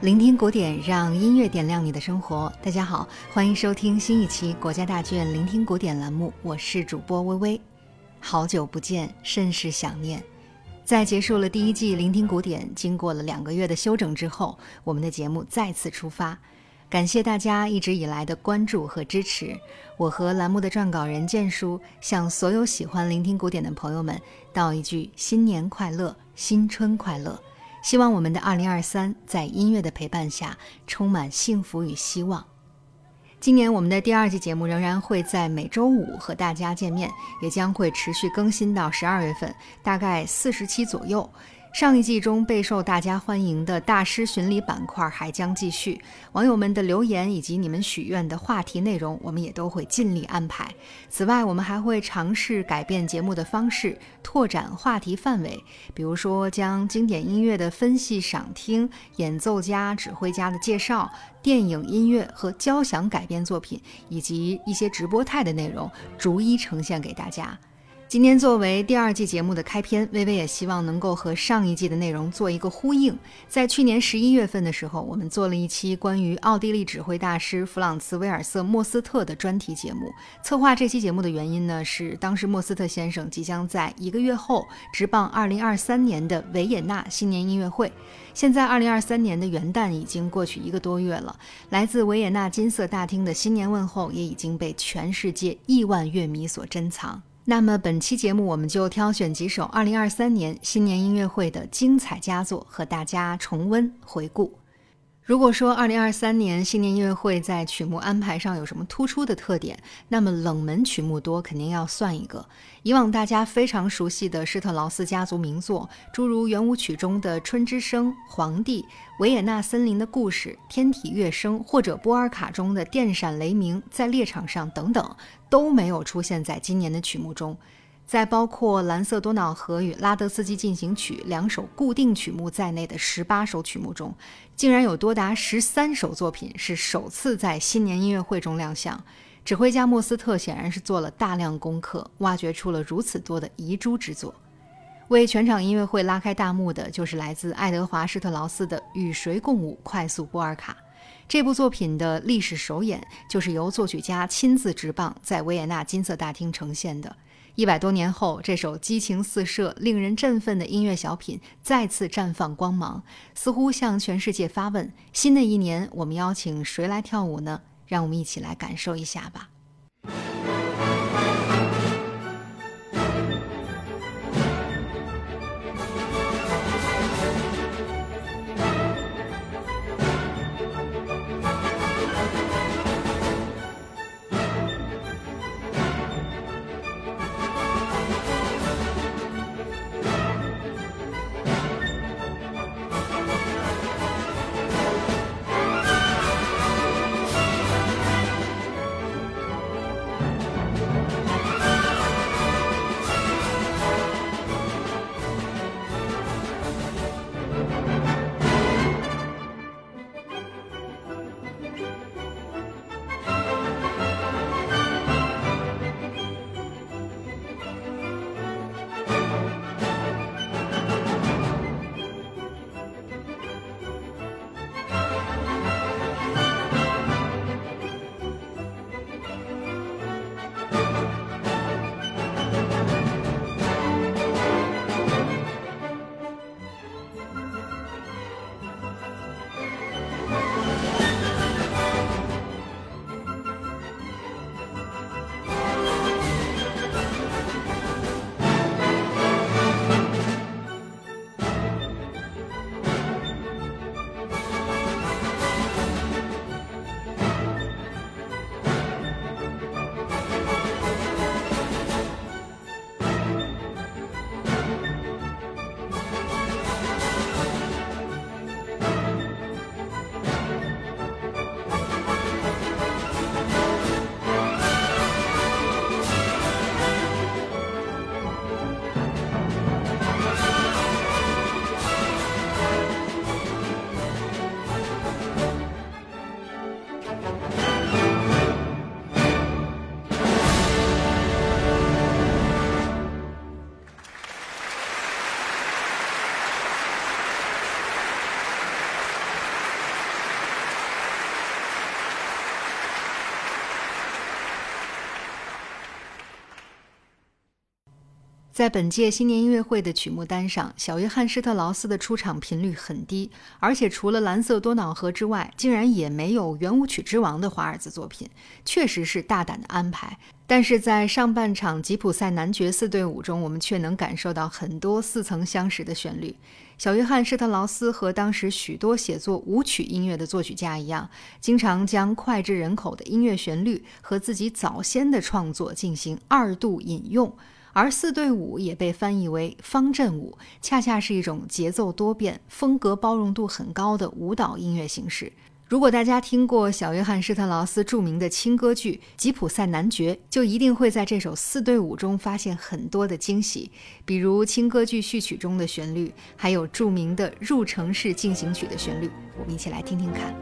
聆听古典，让音乐点亮你的生活。大家好，欢迎收听新一期国家大剧院聆听古典栏目，我是主播微微。好久不见，甚是想念。在结束了第一季聆听古典，经过了2个月的休整之后，我们的节目再次出发。感谢大家一直以来的关注和支持。我和栏目的撰稿人建叔向所有喜欢聆听古典的朋友们道一句新年快乐，新春快乐。希望我们的2023在音乐的陪伴下充满幸福与希望。今年我们的第2季节目仍然会在每周五和大家见面，也将会持续更新到12月份，大概40期左右。上一季中备受大家欢迎的大师巡礼板块还将继续，网友们的留言以及你们许愿的话题内容我们也都会尽力安排。此外，我们还会尝试改变节目的方式，拓展话题范围，比如说将经典音乐的分析、赏听、演奏家、指挥家的介绍、电影音乐和交响改编作品，以及一些直播态的内容逐一呈现给大家。今天作为第2季节目的开篇，微微也希望能够和上一季的内容做一个呼应。在去年11月份的时候，我们做了一期关于奥地利指挥大师弗朗茨·威尔瑟·莫斯特的专题节目。策划这期节目的原因呢，是当时莫斯特先生即将在1个月后执棒2023年的维也纳新年音乐会。现在2023年的元旦已经过去1个多月了，来自维也纳金色大厅的新年问候也已经被全世界亿万乐迷所珍藏。那么本期节目我们就挑选几首2023年新年音乐会的精彩佳作和大家重温回顾。如果说2023年新年音乐会在曲目安排上有什么突出的特点，那么冷门曲目多肯定要算一个。以往大家非常熟悉的施特劳斯家族名作，诸如圆舞曲中的春之声、皇帝、维也纳森林的故事、天体乐声，或者波尔卡中的电闪雷鸣、在猎场上等等，都没有出现在今年的曲目中。在包括蓝色多瑙河与拉德斯基进行曲2首固定曲目在内的18首曲目中，竟然有多达13首作品是首次在新年音乐会中亮相。指挥家莫斯特显然是做了大量功课，挖掘出了如此多的遗珠之作。为全场音乐会拉开大幕的就是来自爱德华施特劳斯的《与谁共舞快速波尔卡》。这部作品的历史首演就是由作曲家亲自执棒，在维也纳金色大厅呈现的。100多年后，这首激情四射、令人振奋的音乐小品再次绽放光芒，似乎向全世界发问：新的一年，我们邀请谁来跳舞呢？让我们一起来感受一下吧。 在本届新年音乐会的曲目单上，小约翰施特劳斯的出场频率很低，而且除了蓝色多瑙河之外，竟然也没有圆舞曲之王的华尔兹作品，确实是大胆的安排。但是在上半场吉普赛男爵四对舞中，我们却能感受到很多似曾相识的旋律。小约翰施特劳斯和当时许多写作舞曲音乐的作曲家一样，经常将脍炙人口的音乐旋律和自己早先的创作进行二度引用。而四对舞也被翻译为方阵舞，恰恰是一种节奏多变、风格包容度很高的舞蹈音乐形式。如果大家听过小约翰施特劳斯著名的轻歌剧《吉普赛男爵》，就一定会在这首四对舞中发现很多的惊喜，比如轻歌剧序曲中的旋律，还有著名的入城式进行曲的旋律。我们一起来听听看。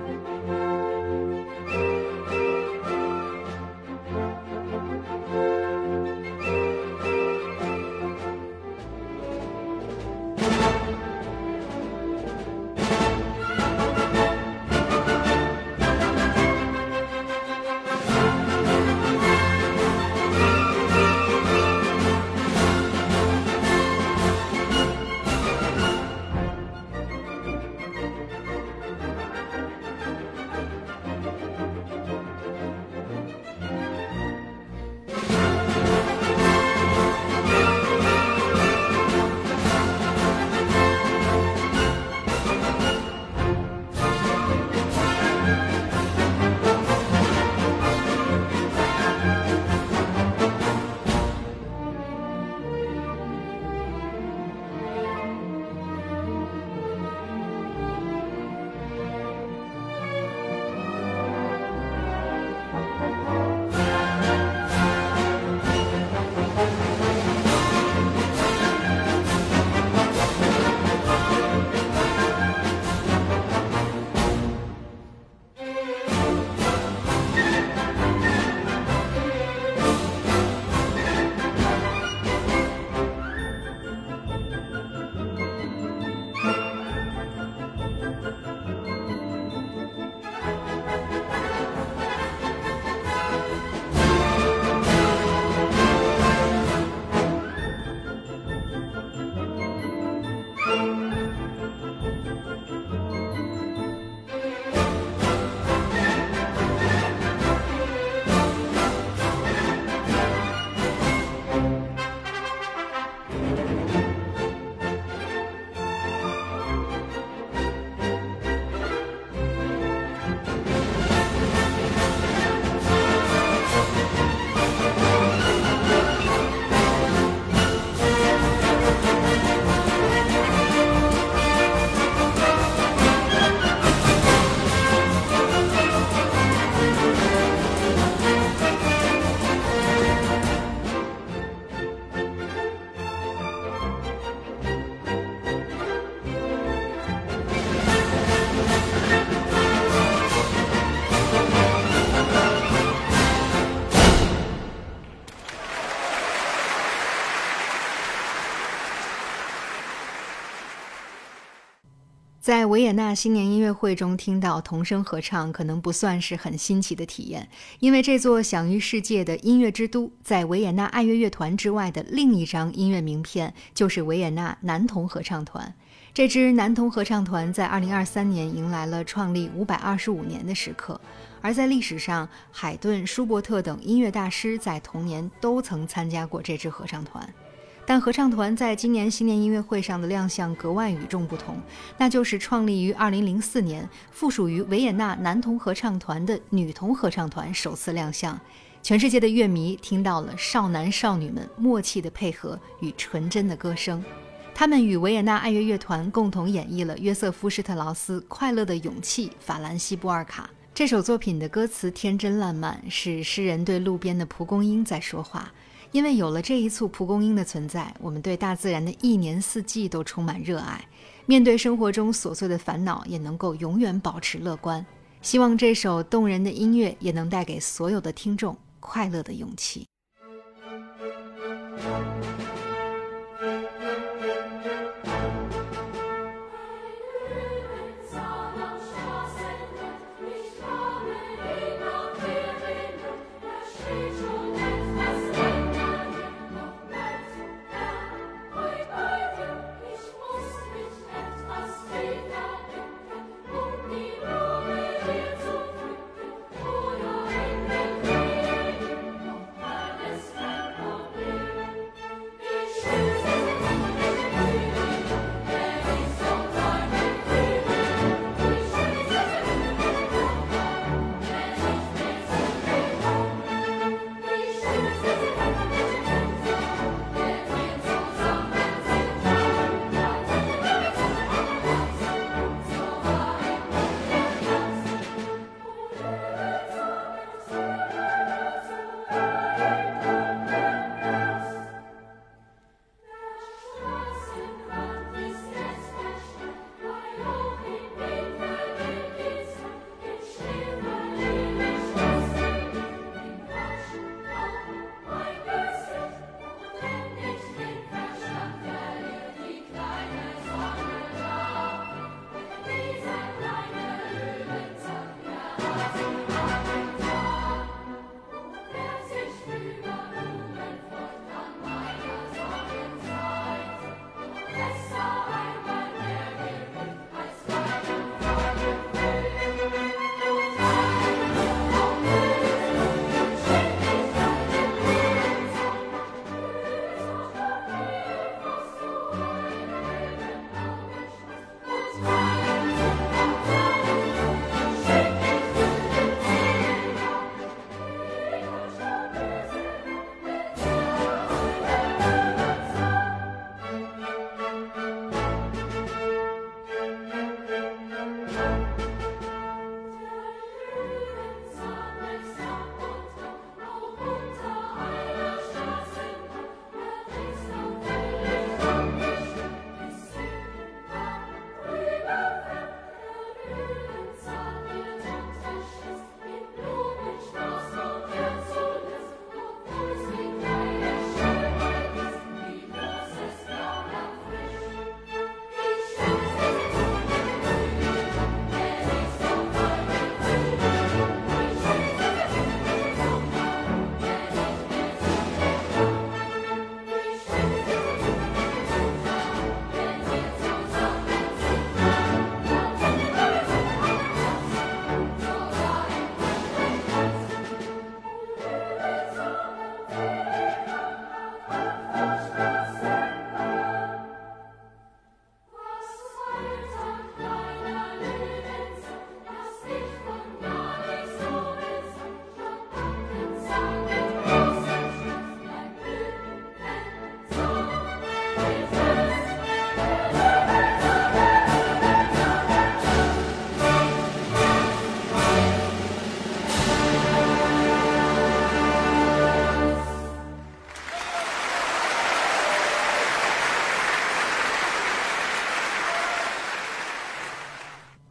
在维也纳新年音乐会中听到童声合唱可能不算是很新奇的体验，因为这座享誉世界的音乐之都，在维也纳爱乐乐团之外的另一张音乐名片就是维也纳男童合唱团。这支男童合唱团在2023年迎来了创立525年的时刻，而在历史上，海顿、舒伯特等音乐大师在同年都曾参加过这支合唱团。但合唱团在今年新年音乐会上的亮相格外与众不同，那就是创立于2004年、附属于维也纳男童合唱团的女童合唱团首次亮相。全世界的乐迷听到了少男少女们默契的配合与纯真的歌声。他们与维也纳爱乐乐团共同演绎了约瑟夫·施特劳斯《快乐的勇气》法兰西波尔卡。这首作品的歌词天真烂漫，是诗人对路边的蒲公英在说话。因为有了这一簇蒲公英的存在，我们对大自然的一年四季都充满热爱，面对生活中琐碎的烦恼也能够永远保持乐观。希望这首动人的音乐也能带给所有的听众快乐的勇气。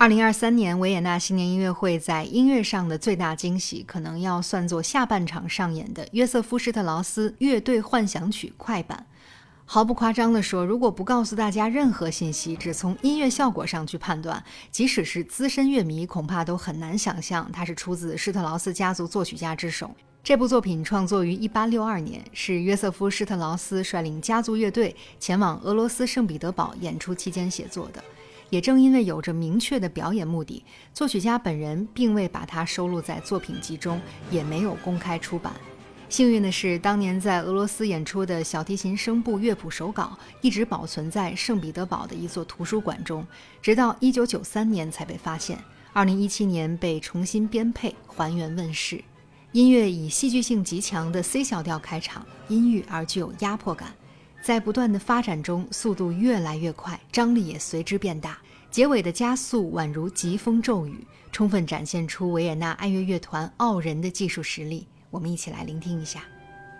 2023年维也纳新年音乐会在音乐上的最大惊喜，可能要算作下半场上演的约瑟夫施特劳斯乐队幻想曲快板。毫不夸张地说，如果不告诉大家任何信息，只从音乐效果上去判断，即使是资深乐迷恐怕都很难想象它是出自施特劳斯家族作曲家之手。这部作品创作于1862年，是约瑟夫施特劳斯率领家族乐队前往俄罗斯圣彼得堡演出期间写作的。也正因为有着明确的表演目的，作曲家本人并未把它收录在作品集中，也没有公开出版。幸运的是，当年在俄罗斯演出的小提琴声部乐谱手稿一直保存在圣彼得堡的一座图书馆中，直到1993年才被发现，2017年被重新编配还原问世。音乐以戏剧性极强的 C 小调开场，阴郁而具有压迫感，在不断的发展中，速度越来越快，张力也随之变大。结尾的加速宛如疾风骤雨，充分展现出维也纳爱乐乐团傲人的技术实力。我们一起来聆听一下。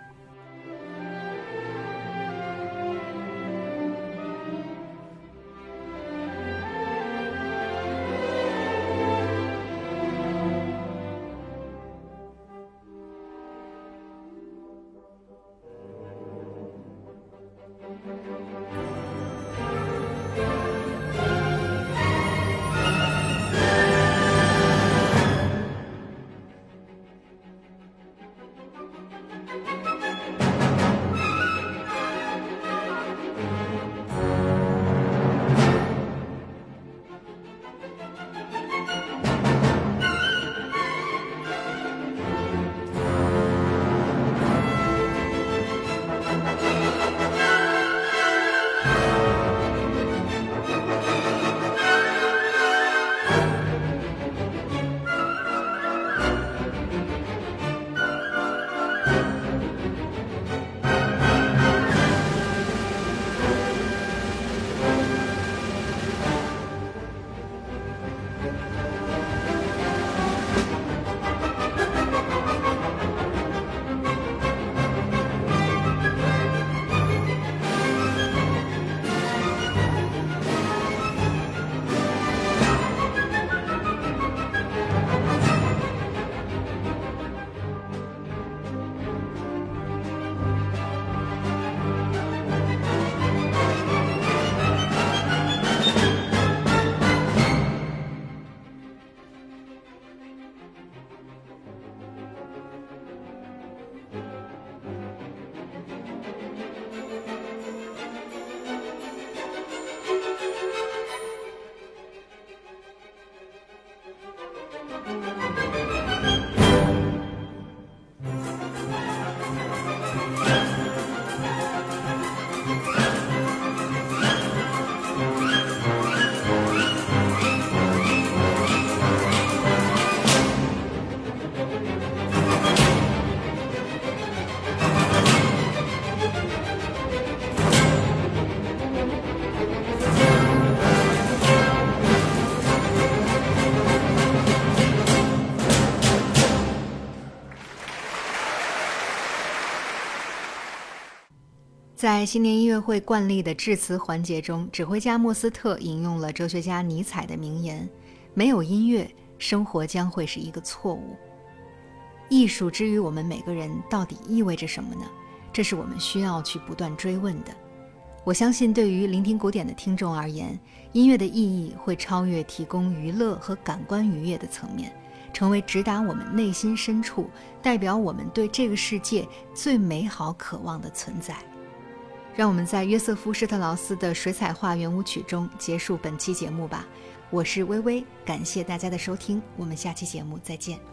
在新年音乐会惯例的致辞环节中，指挥家莫斯特引用了哲学家尼采的名言：没有音乐，生活将会是一个错误。艺术之于我们每个人到底意味着什么呢？这是我们需要去不断追问的。我相信对于聆听古典的听众而言，音乐的意义会超越提供娱乐和感官愉悦的层面，成为直达我们内心深处，代表我们对这个世界最美好渴望的存在。让我们在约瑟夫施特劳斯的水彩画圆舞曲中结束本期节目吧。我是微微，感谢大家的收听，我们下期节目再见。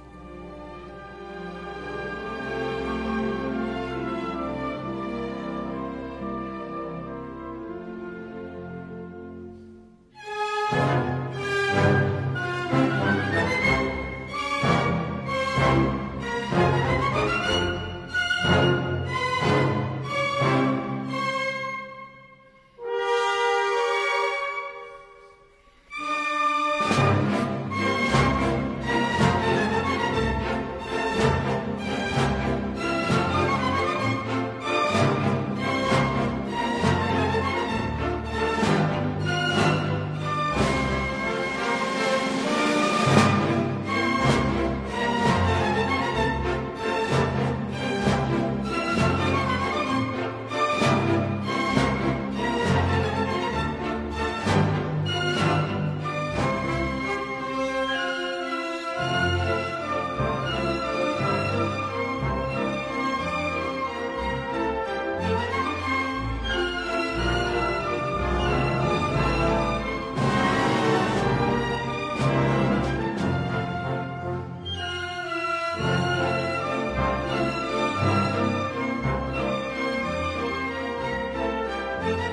拜。